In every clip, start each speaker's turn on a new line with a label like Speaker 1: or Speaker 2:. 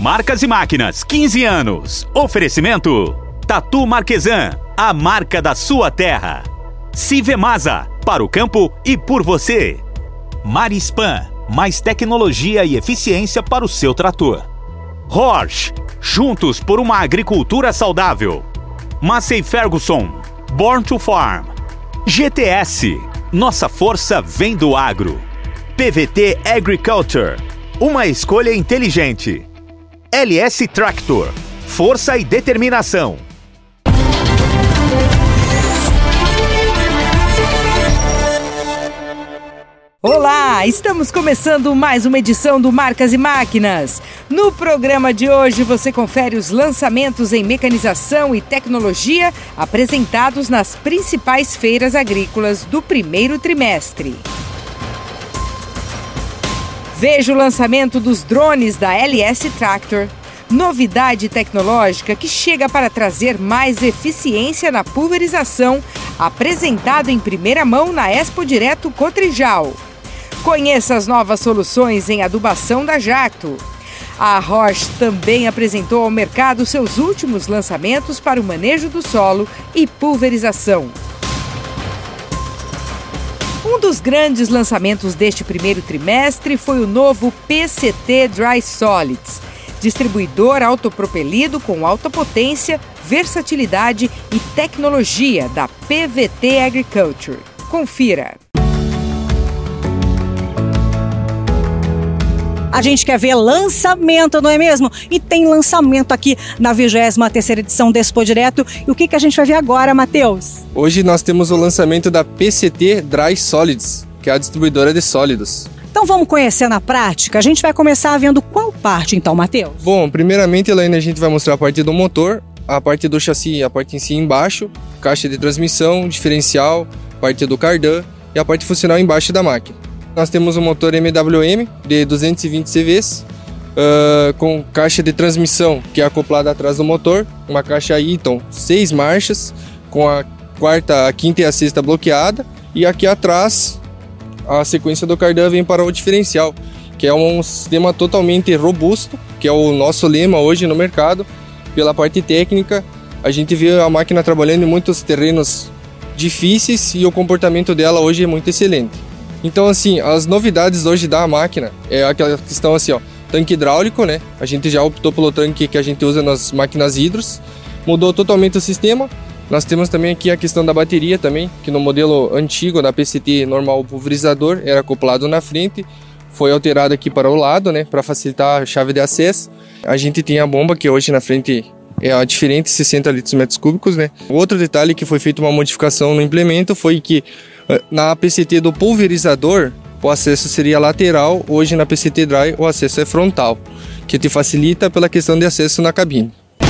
Speaker 1: Marcas e Máquinas, 15 anos. Oferecimento: Tatu Marquesan, a marca da sua terra. Civemasa, para o campo e por você. Marispan, mais tecnologia e eficiência para o seu trator. Horsch, juntos por uma agricultura saudável. Massey Ferguson, Born to Farm. GTS, nossa força vem do agro. PVT Agriculture, uma escolha inteligente. LS Tractor, força e determinação.
Speaker 2: Olá, estamos começando mais uma edição do Marcas e Máquinas. No programa de hoje você confere os lançamentos em mecanização e tecnologia apresentados nas principais feiras agrícolas do primeiro trimestre. Veja o lançamento dos drones da LS Tractor, novidade tecnológica que chega para trazer mais eficiência na pulverização, apresentado em primeira mão na Expo Direto Cotrijal. Conheça as novas soluções em adubação da Jacto. A Horsch também apresentou ao mercado seus últimos lançamentos para o manejo do solo e pulverização. Um dos grandes lançamentos deste primeiro trimestre foi o novo PCT Dry Solids, distribuidor autopropelido com alta potência, versatilidade e tecnologia da PVT Agriculture. Confira!
Speaker 3: A gente quer ver lançamento, não é mesmo? E tem lançamento aqui na 23ª edição da Expo Direto. E o que a gente vai ver agora, Matheus?
Speaker 4: Hoje nós temos o lançamento da PCT Dry Solids, que é a distribuidora de sólidos.
Speaker 3: Então vamos conhecer na prática? A gente vai começar vendo qual parte então, Matheus?
Speaker 4: Bom, primeiramente, Elaine, a gente vai mostrar a parte do motor, a parte do chassi, a parte em si embaixo, caixa de transmissão, diferencial, parte do cardan e a parte funcional embaixo da máquina. Nós temos um motor MWM de 220 CVs, com caixa de transmissão que é acoplada atrás do motor, uma caixa Eaton 6 marchas, com a quarta, a quinta e a sexta bloqueada, e aqui atrás a sequência do cardan vem para o diferencial, que é um sistema totalmente robusto, que é o nosso lema hoje no mercado. Pela parte técnica, a gente vê a máquina trabalhando em muitos terrenos difíceis e o comportamento dela hoje é muito excelente. Então, assim, as novidades hoje da máquina é aquela questão assim, ó, tanque hidráulico, né? A gente já optou pelo tanque que a gente usa nas máquinas hidros, mudou totalmente o sistema. Nós temos também aqui a questão da bateria também, que no modelo antigo da PCT normal, o pulverizador era acoplado na frente, foi alterado aqui para o lado, né, para facilitar a chave de acesso. A gente tem a bomba que hoje na frente é a diferente, 60 litros metros cúbicos, né? Outro detalhe que foi feita uma modificação no implemento foi que na PCT do pulverizador o acesso seria lateral, hoje na PCT Dry o acesso é frontal, que te facilita pela questão de acesso na cabine.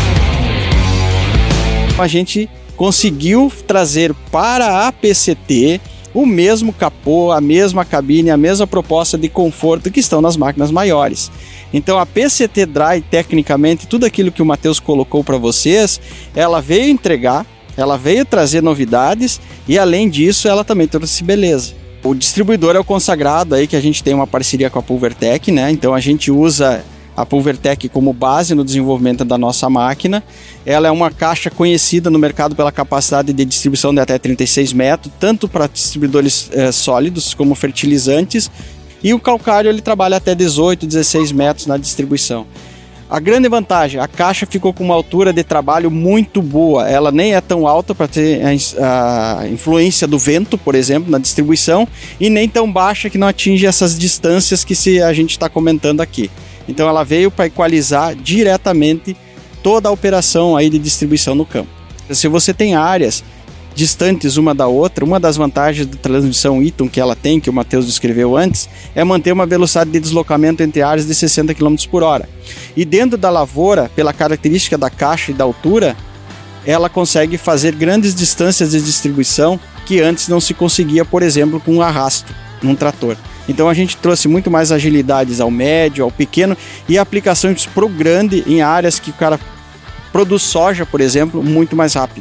Speaker 5: A gente conseguiu trazer para a PCT o mesmo capô, a mesma cabine, a mesma proposta de conforto que estão nas máquinas maiores. Então a PCT Dry, tecnicamente, tudo aquilo que o Matheus colocou para vocês, ela veio entregar, ela veio trazer novidades e, além disso, ela também trouxe beleza. O distribuidor é o consagrado aí, que a gente tem uma parceria com a Pulvertec, né? Então a gente usa a Pulvertec como base no desenvolvimento da nossa máquina. Ela é uma caixa conhecida no mercado pela capacidade de distribuição de até 36 metros, tanto para distribuidores sólidos como fertilizantes. E o calcário ele trabalha até 18, 16 metros na distribuição. A grande vantagem, a caixa ficou com uma altura de trabalho muito boa. Ela nem é tão alta para ter a influência do vento, por exemplo, na distribuição, e nem tão baixa que não atinge essas distâncias que a gente está comentando aqui. Então ela veio para equalizar diretamente toda a operação aí de distribuição no campo. Se você tem áreas distantes uma da outra, uma das vantagens da transmissão Eaton que ela tem, que o Matheus descreveu antes, é manter uma velocidade de deslocamento entre áreas de 60 km por hora. E dentro da lavoura, pela característica da caixa e da altura, ela consegue fazer grandes distâncias de distribuição que antes não se conseguia, por exemplo, com um arrasto num trator. Então a gente trouxe muito mais agilidades ao médio, ao pequeno e aplicações pro grande em áreas que o cara produz soja, por exemplo, muito mais rápido.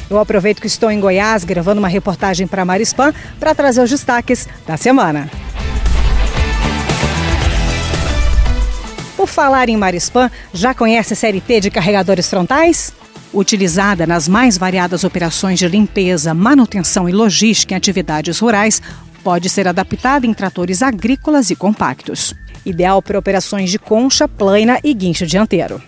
Speaker 3: Eu aproveito que estou em Goiás gravando uma reportagem para a Marispan para trazer os destaques da semana. Por falar em Marispan, já conhece a série T de carregadores frontais? Utilizada nas mais variadas operações de limpeza, manutenção e logística em atividades rurais, pode ser adaptada em tratores agrícolas e compactos. Ideal para operações de concha, plana e guincho dianteiro.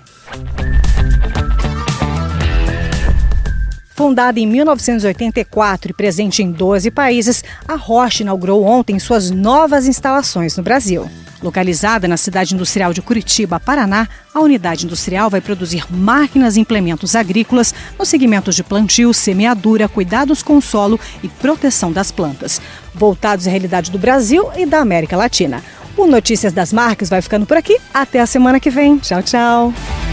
Speaker 3: Fundada em 1984 e presente em 12 países, a Roche inaugurou ontem suas novas instalações no Brasil. Localizada na cidade industrial de Curitiba, Paraná, a unidade industrial vai produzir máquinas e implementos agrícolas nos segmentos de plantio, semeadura, cuidados com o solo e proteção das plantas, voltados à realidade do Brasil e da América Latina. O Notícias das Marcas vai ficando por aqui. Até a semana que vem. Tchau, tchau.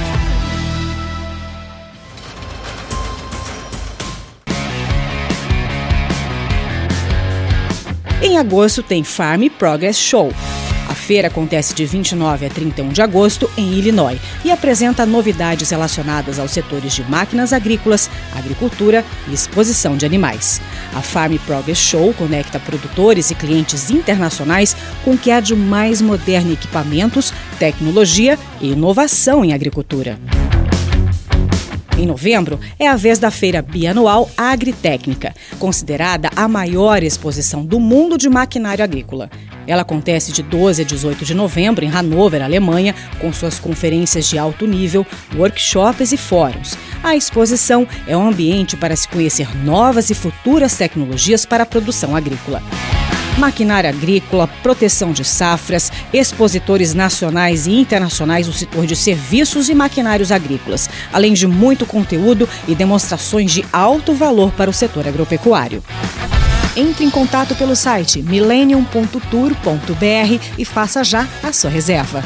Speaker 3: Em agosto tem Farm Progress Show. A feira acontece de 29 a 31 de agosto em Illinois e apresenta novidades relacionadas aos setores de máquinas agrícolas, agricultura e exposição de animais. A Farm Progress Show conecta produtores e clientes internacionais com o que há de mais moderno em equipamentos, tecnologia e inovação em agricultura. Em novembro, é a vez da feira bianual Agritécnica, considerada a maior exposição do mundo de maquinário agrícola. Ela acontece de 12 a 18 de novembro em Hannover, Alemanha, com suas conferências de alto nível, workshops e fóruns. A exposição é um ambiente para se conhecer novas e futuras tecnologias para a produção agrícola. Maquinária agrícola, proteção de safras, expositores nacionais e internacionais do setor de serviços e maquinários agrícolas, além de muito conteúdo e demonstrações de alto valor para o setor agropecuário. Entre em contato pelo site millennium.tour.br e faça já a sua reserva.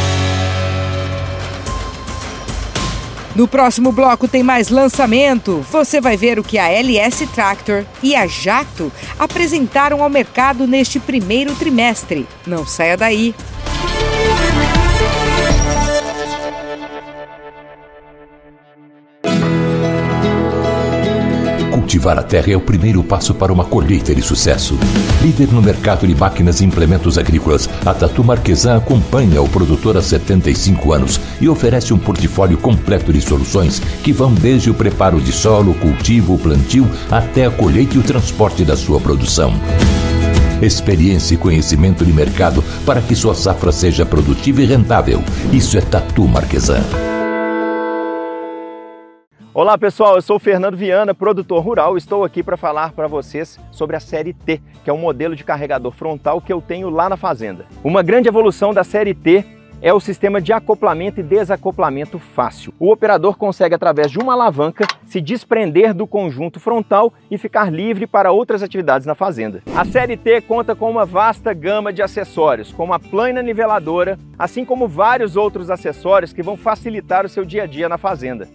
Speaker 2: No próximo bloco tem mais lançamento. Você vai ver o que a LS Tractor e a Jacto apresentaram ao mercado neste primeiro trimestre. Não saia daí.
Speaker 6: Cultivar a terra é o primeiro passo para uma colheita de sucesso. Líder no mercado de máquinas e implementos agrícolas, a Tatu Marquesan acompanha o produtor há 75 anos e oferece um portfólio completo de soluções que vão desde o preparo de solo, cultivo, plantio, até a colheita e o transporte da sua produção. Experiência e conhecimento de mercado para que sua safra seja produtiva e rentável. Isso é Tatu Marquesan.
Speaker 7: Olá pessoal, eu sou o Fernando Viana, produtor rural. Estou aqui para falar para vocês sobre a série T, que é um modelo de carregador frontal que eu tenho lá na fazenda. Uma grande evolução da série T é o sistema de acoplamento e desacoplamento fácil. O operador consegue, através de uma alavanca, se desprender do conjunto frontal e ficar livre para outras atividades na fazenda. A série T conta com uma vasta gama de acessórios, como a plana niveladora, assim como vários outros acessórios que vão facilitar o seu dia a dia na fazenda.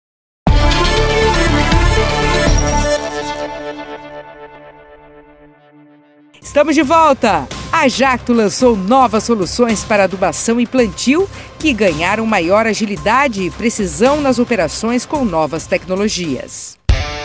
Speaker 2: Estamos de volta! A Jacto lançou novas soluções para adubação e plantio que ganharam maior agilidade e precisão nas operações com novas tecnologias.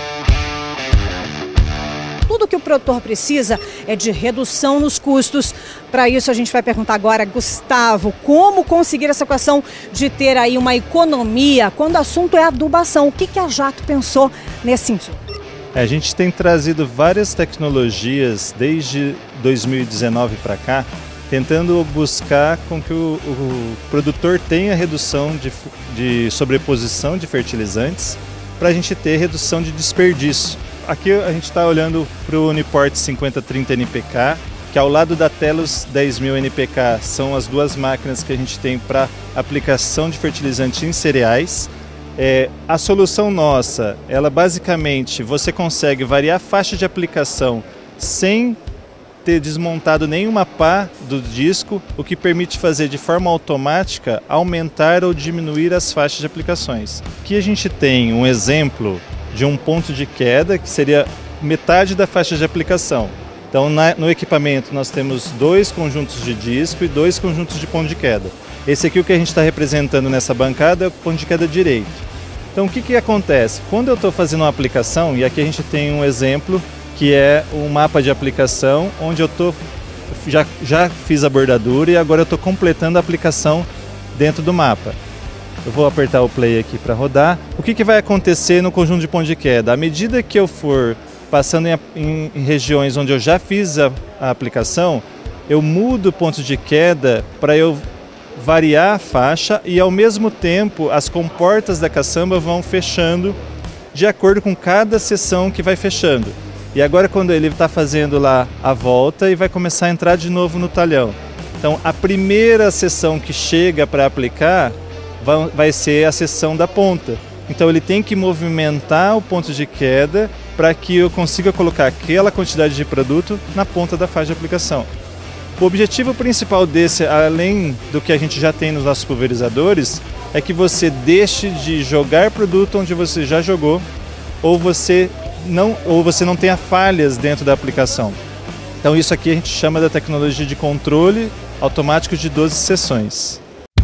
Speaker 3: Tudo que o produtor precisa é de redução nos custos. Para isso a gente vai perguntar agora, Gustavo, como conseguir essa equação de ter aí uma economia quando o assunto é adubação? O que a Jacto pensou nesse sentido?
Speaker 8: A gente tem trazido várias tecnologias desde 2019 para cá, tentando buscar com que o produtor tenha redução de sobreposição de fertilizantes para a gente ter redução de desperdício. Aqui a gente está olhando para o Uniport 5030 NPK, que ao lado da Telos 10.000 NPK são as duas máquinas que a gente tem para aplicação de fertilizante em cereais. A solução nossa, ela basicamente, você consegue variar a faixa de aplicação sem ter desmontado nenhuma pá do disco, o que permite fazer de forma automática aumentar ou diminuir as faixas de aplicações. Aqui a gente tem um exemplo de um ponto de queda que seria metade da faixa de aplicação. Então no equipamento nós temos 2 conjuntos de disco e 2 conjuntos de ponto de queda. Esse aqui, o que a gente está representando nessa bancada, é o ponto de queda direito. Então o que acontece? Quando eu estou fazendo uma aplicação, e aqui a gente tem um exemplo que é um mapa de aplicação, onde eu já fiz a bordadura e agora eu estou completando a aplicação dentro do mapa. Eu vou apertar o play aqui para rodar. O que vai acontecer no conjunto de pontos de queda? À medida que eu for passando em regiões onde eu já fiz a aplicação, eu mudo pontos de queda para eu variar a faixa e ao mesmo tempo as comportas da caçamba vão fechando de acordo com cada seção que vai fechando. E agora quando ele está fazendo lá a volta e vai começar a entrar de novo no talhão. Então a primeira seção que chega para aplicar vai ser a seção da ponta. Então ele tem que movimentar o ponto de queda para que eu consiga colocar aquela quantidade de produto na ponta da faixa de aplicação. O objetivo principal desse, além do que a gente já tem nos nossos pulverizadores, é que você deixe de jogar produto onde você já jogou ou você não tenha falhas dentro da aplicação. Então isso aqui a gente chama da tecnologia de controle automático de 12 seções.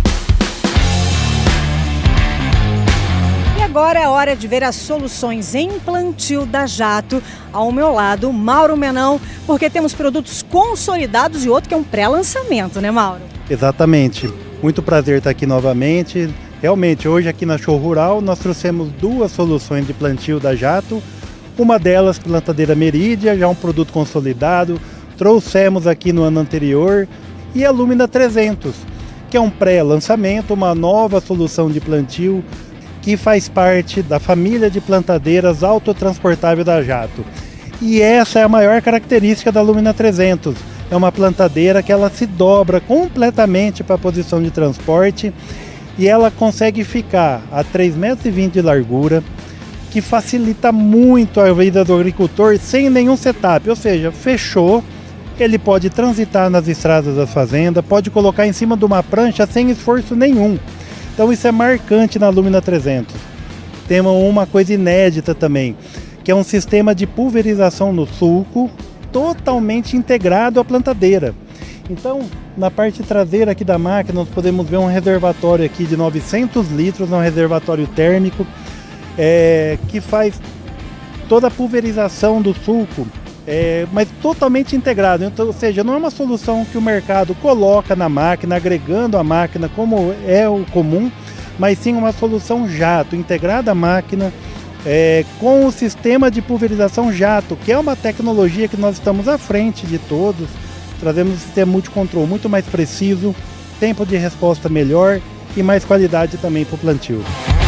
Speaker 3: Agora é hora de ver as soluções em plantio da Jato. Ao meu lado, Mauro Menão, porque temos produtos consolidados e outro que é um pré-lançamento, né, Mauro?
Speaker 9: Exatamente. Muito prazer estar aqui novamente. Realmente, hoje aqui na Show Rural, nós trouxemos 2 soluções de plantio da Jato. Uma delas, plantadeira Meridia, já um produto consolidado. Trouxemos aqui no ano anterior. E a Lumina 300, que é um pré-lançamento, uma nova solução de plantio que faz parte da família de plantadeiras autotransportável da Jato. E essa é a maior característica da Lumina 300. É uma plantadeira que ela se dobra completamente para a posição de transporte e ela consegue ficar a 3,20 metros de largura, que facilita muito a vida do agricultor sem nenhum setup, ou seja, fechou, ele pode transitar nas estradas da fazenda, pode colocar em cima de uma prancha sem esforço nenhum. Então isso é marcante na Lumina 300. Temos uma coisa inédita também, que é um sistema de pulverização no sulco totalmente integrado à plantadeira. Então, na parte traseira aqui da máquina, nós podemos ver um reservatório aqui de 900 litros, um reservatório térmico, que faz toda a pulverização do sulco, mas totalmente integrado. Então, ou seja, não é uma solução que o mercado coloca na máquina, agregando a máquina como é o comum, mas sim uma solução jato, integrada à máquina, com o sistema de pulverização jato, que é uma tecnologia que nós estamos à frente de todos. Trazemos um sistema multicontrol muito mais preciso, tempo de resposta melhor e mais qualidade também para o plantio.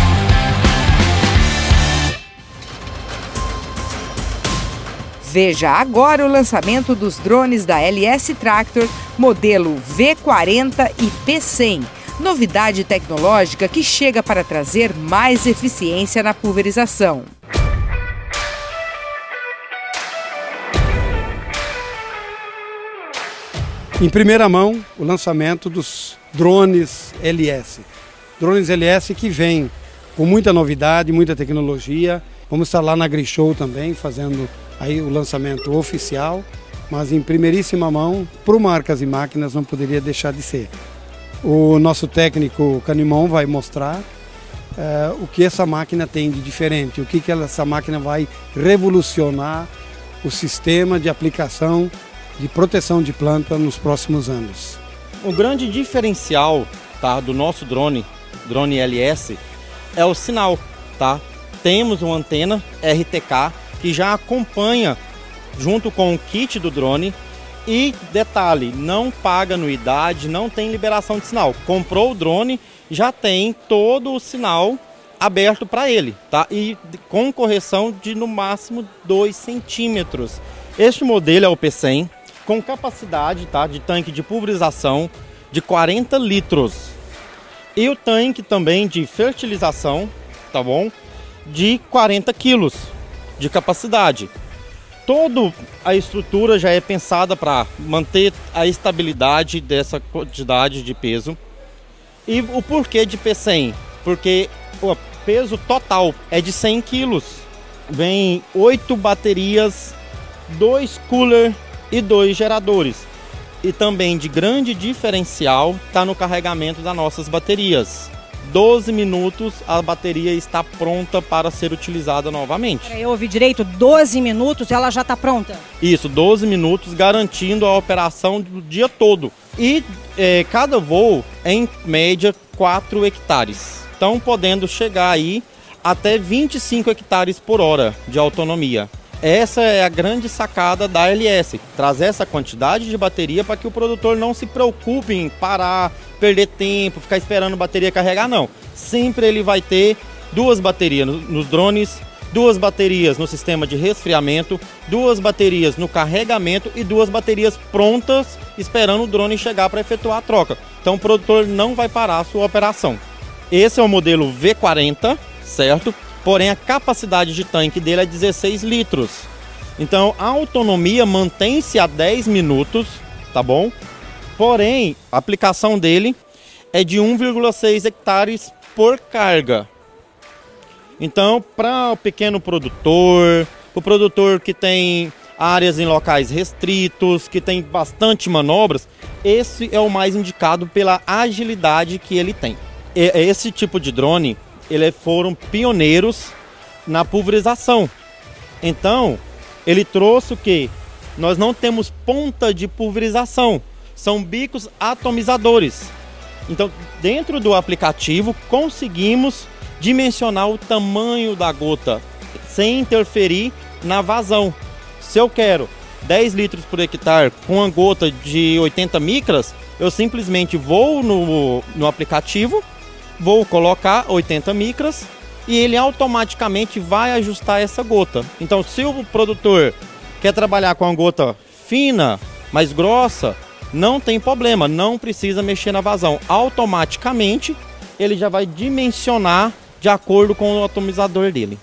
Speaker 2: Veja agora o lançamento dos drones da LS Tractor, modelo V40 e P100. Novidade tecnológica que chega para trazer mais eficiência na pulverização.
Speaker 10: Em primeira mão, o lançamento dos drones LS. Drones LS que vêm com muita novidade, muita tecnologia. Vamos estar lá na AgriShow também, fazendo aí o lançamento oficial. Mas em primeiríssima mão, para o Marcas e Máquinas, não poderia deixar de ser. O nosso técnico Canimon vai mostrar o que essa máquina tem de diferente, o que essa máquina vai revolucionar o sistema de aplicação de proteção de planta nos próximos anos.
Speaker 11: O grande diferencial, tá, do nosso drone LS, é o sinal. Tá? Temos uma antena RTK que já acompanha junto com o kit do drone. E detalhe, não paga anuidade, não tem liberação de sinal. Comprou o drone, já tem todo o sinal aberto para ele, tá? E com correção de no máximo 2 centímetros. Este modelo é o P100, com capacidade, tá, de tanque de pulverização de 40 litros. E o tanque também de fertilização, tá bom? De 40 quilos de capacidade. Toda a estrutura já é pensada para manter a estabilidade dessa quantidade de peso. E o porquê de P100? Porque o peso total é de 100 quilos. Vem 8 baterias, 2 cooler e 2 geradores. E também de grande diferencial está no carregamento das nossas baterias. 12 minutos a bateria está pronta para ser utilizada novamente.
Speaker 3: Eu ouvi direito, 12 minutos ela já está pronta?
Speaker 11: Isso, 12 minutos garantindo a operação do dia todo. E cada voo é em média 4 hectares. Então podendo chegar aí até 25 hectares por hora de autonomia. Essa é a grande sacada da LS, trazer essa quantidade de bateria para que o produtor não se preocupe em parar, perder tempo, ficar esperando a bateria carregar, não. Sempre ele vai ter 2 baterias nos drones, 2 baterias no sistema de resfriamento, 2 baterias no carregamento e 2 baterias prontas esperando o drone chegar para efetuar a troca. Então o produtor não vai parar a sua operação. Esse é o modelo V40, certo? Porém, a capacidade de tanque dele é 16 litros. Então, a autonomia mantém-se a 10 minutos, tá bom? Porém, a aplicação dele é de 1,6 hectares por carga. Então, para o pequeno produtor, o produtor que tem áreas em locais restritos, que tem bastante manobras, esse é o mais indicado pela agilidade que ele tem. Esse tipo de drone, eles foram pioneiros na pulverização. Então, ele trouxe o quê? Nós não temos ponta de pulverização, são bicos atomizadores. Então, dentro do aplicativo, conseguimos dimensionar o tamanho da gota, sem interferir na vazão. Se eu quero 10 litros por hectare com uma gota de 80 micras, eu simplesmente vou no aplicativo, vou colocar 80 micras e ele automaticamente vai ajustar essa gota. Então, se o produtor quer trabalhar com uma gota fina, mais grossa, não tem problema, não precisa mexer na vazão. Automaticamente, ele já vai dimensionar de acordo com o atomizador dele.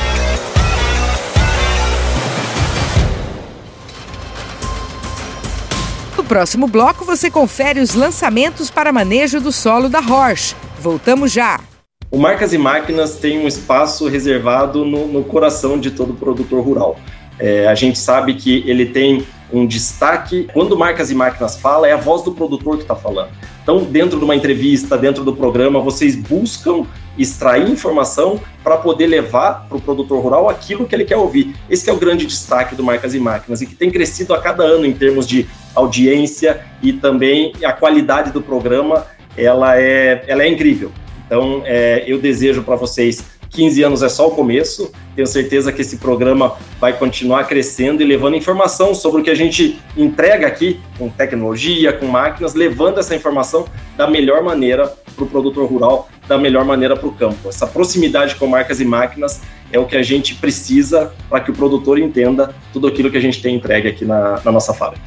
Speaker 2: No próximo bloco, você confere os lançamentos para manejo do solo da Horsch. Voltamos já!
Speaker 7: O Marcas e Máquinas tem um espaço reservado no coração de todo produtor rural. A gente sabe que ele tem um destaque. Quando Marcas e Máquinas fala, é a voz do produtor que está falando. Então, dentro de uma entrevista, dentro do programa, vocês buscam extrair informação para poder levar para o produtor rural aquilo que ele quer ouvir. Esse é o grande destaque do Marcas e Máquinas e que tem crescido a cada ano em termos de audiência e também a qualidade do programa, ela é incrível. Então, eu desejo para vocês 15 anos é só o começo, tenho certeza que esse programa vai continuar crescendo e levando informação sobre o que a gente entrega aqui, com tecnologia, com máquinas, levando essa informação da melhor maneira para o produtor rural, da melhor maneira para o campo. Essa proximidade com Marcas e Máquinas é o que a gente precisa para que o produtor entenda tudo aquilo que a gente tem entregue aqui na nossa fábrica.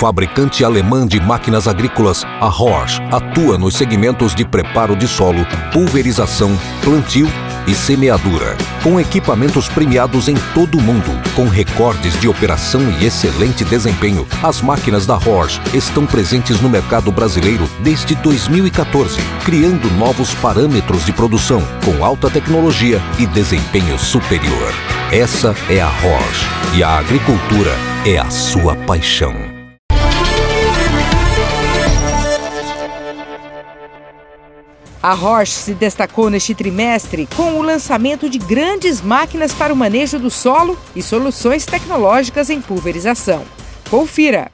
Speaker 12: Fabricante alemã de máquinas agrícolas, a Horsch atua nos segmentos de preparo de solo, pulverização, plantio e semeadura, com equipamentos premiados em todo o mundo, com recordes de operação e excelente desempenho. As máquinas da Horsch estão presentes no mercado brasileiro desde 2014, criando novos parâmetros de produção, com alta tecnologia e desempenho superior. Essa é a Horsch, e a agricultura é a sua paixão.
Speaker 2: A Horsch se destacou neste trimestre com o lançamento de grandes máquinas para o manejo do solo e soluções tecnológicas em pulverização. Confira!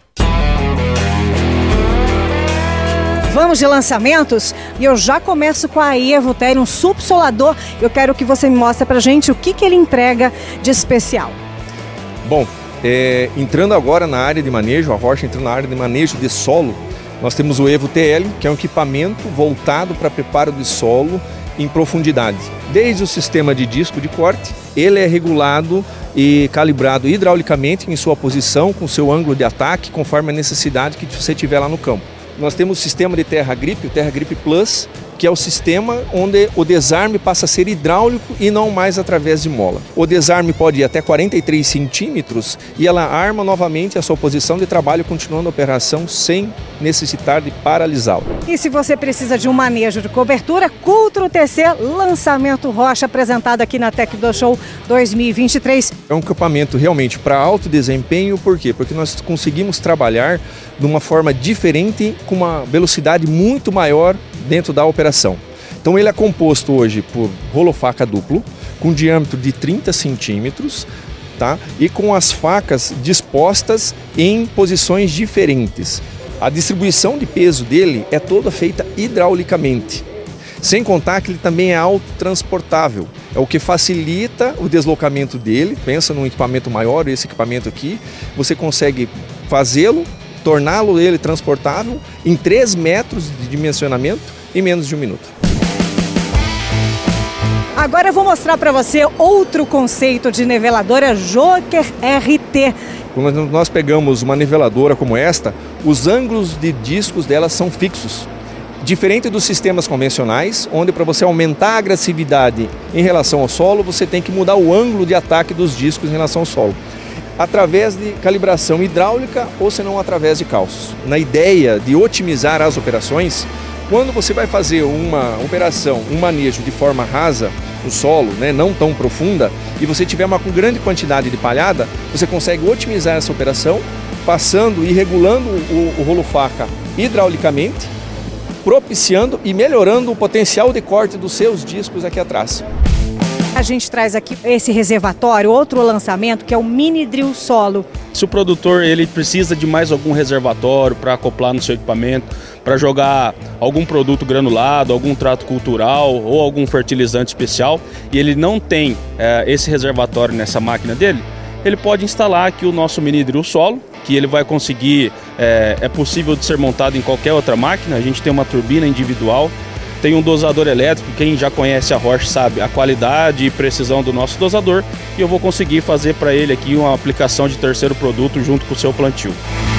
Speaker 13: Vamos de lançamentos? E eu já começo com a Evoter, um subsolador. Eu quero que você me mostre pra gente o que ele entrega de especial.
Speaker 14: Bom, entrando agora na área de manejo, a Horsch entrando na área de manejo de solo, nós temos o EvoTL, que é um equipamento voltado para preparo de solo em profundidade. Desde o sistema de disco de corte, ele é regulado e calibrado hidraulicamente em sua posição, com seu ângulo de ataque, conforme a necessidade que você tiver lá no campo. Nós temos o sistema de Terra Grip, o Terra Grip Plus, que é o sistema onde o desarme passa a ser hidráulico e não mais através de mola. O desarme pode ir até 43 centímetros e ela arma novamente a sua posição de trabalho, continuando a operação sem necessitar de paralisá-lo.
Speaker 13: E se você precisa de um manejo de cobertura, Cultro TC, lançamento Horsch, apresentado aqui na Tecno Show 2023.
Speaker 14: É um equipamento realmente para alto desempenho, por quê? Porque nós conseguimos trabalhar de uma forma diferente, com uma velocidade muito maior dentro da operação. Então ele é composto hoje por rolo faca duplo, com diâmetro de 30 centímetros, tá? E com as facas dispostas em posições diferentes. A distribuição de peso dele é toda feita hidraulicamente. Sem contar que ele também é autotransportável, é o que facilita o deslocamento dele. Pensa num equipamento maior, esse equipamento aqui, você consegue fazê-lo, torná-lo ele transportável em 3 metros de dimensionamento em menos de 1 minuto.
Speaker 13: Agora eu vou mostrar para você outro conceito de niveladora, Joker RT.
Speaker 14: Quando nós pegamos uma niveladora como esta, os ângulos de discos dela são fixos. Diferente dos sistemas convencionais, onde para você aumentar a agressividade em relação ao solo, você tem que mudar o ângulo de ataque dos discos em relação ao solo, através de calibração hidráulica ou senão através de calços. Na ideia de otimizar as operações, quando você vai fazer uma operação, um manejo de forma rasa no solo, né, não tão profunda, e você tiver uma grande quantidade de palhada, você consegue otimizar essa operação, passando e regulando o rolo faca hidraulicamente, propiciando e melhorando o potencial de corte dos seus discos aqui atrás.
Speaker 13: A gente traz aqui esse reservatório, outro lançamento, que é o Mini Drill Solo.
Speaker 15: Se o produtor ele precisa de mais algum reservatório para acoplar no seu equipamento, para jogar algum produto granulado, algum trato cultural ou algum fertilizante especial, e ele não tem esse reservatório nessa máquina dele, ele pode instalar aqui o nosso Mini Drill Solo, que ele vai conseguir, é possível de ser montado em qualquer outra máquina. A gente tem uma turbina individual, tem um dosador elétrico, quem já conhece a Horsch sabe a qualidade e precisão do nosso dosador, e eu vou conseguir fazer para ele aqui uma aplicação de terceiro produto junto com o seu plantio.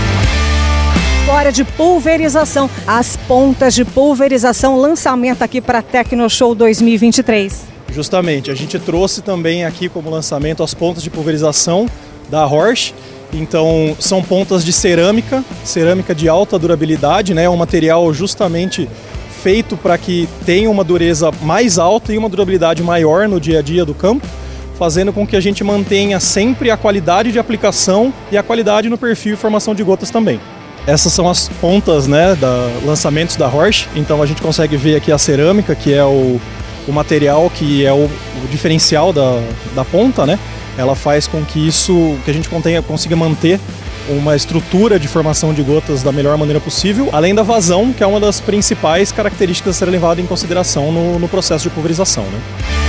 Speaker 13: Agora de pulverização, as pontas de pulverização, lançamento aqui para a Tecno Show 2023.
Speaker 16: Justamente, a gente trouxe também aqui como lançamento as pontas de pulverização da Horsch. Então são pontas de cerâmica de alta durabilidade, né? É um material justamente feito para que tenha uma dureza mais alta e uma durabilidade maior no dia a dia do campo, fazendo com que a gente mantenha sempre a qualidade de aplicação e a qualidade no perfil e formação de gotas também. Essas são as pontas, né, lançamentos da Horsch. Então a gente consegue ver aqui a cerâmica, que é o material que é o diferencial da ponta, né? Ela faz com que a gente consiga manter uma estrutura de formação de gotas da melhor maneira possível, além da vazão, que é uma das principais características a ser levada em consideração no processo de pulverização, né?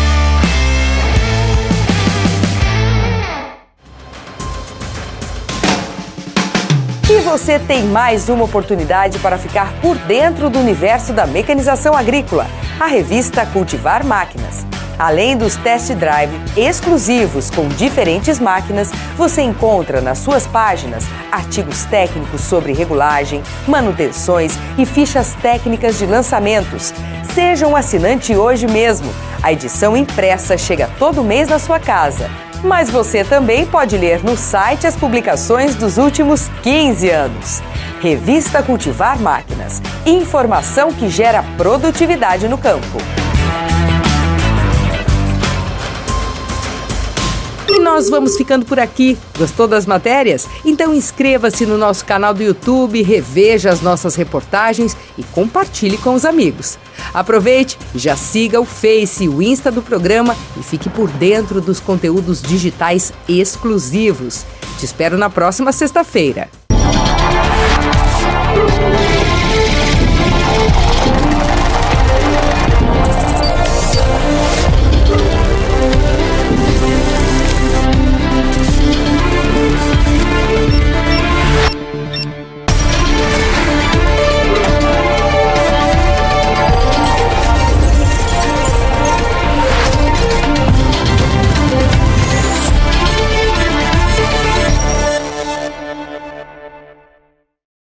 Speaker 2: E você tem mais uma oportunidade para ficar por dentro do universo da mecanização agrícola, a revista Cultivar Máquinas. Além dos test drive exclusivos com diferentes máquinas, você encontra nas suas páginas artigos técnicos sobre regulagem, manutenções e fichas técnicas de lançamentos. Seja um assinante hoje mesmo. A edição impressa chega todo mês na sua casa. Mas você também pode ler no site as publicações dos últimos 15 anos. Revista Cultivar Máquinas. Informação que gera produtividade no campo. E nós vamos ficando por aqui. Gostou das matérias? Então inscreva-se no nosso canal do YouTube, reveja as nossas reportagens e compartilhe com os amigos. Aproveite e já siga o Face e o Insta do programa e fique por dentro dos conteúdos digitais exclusivos. Te espero na próxima sexta-feira.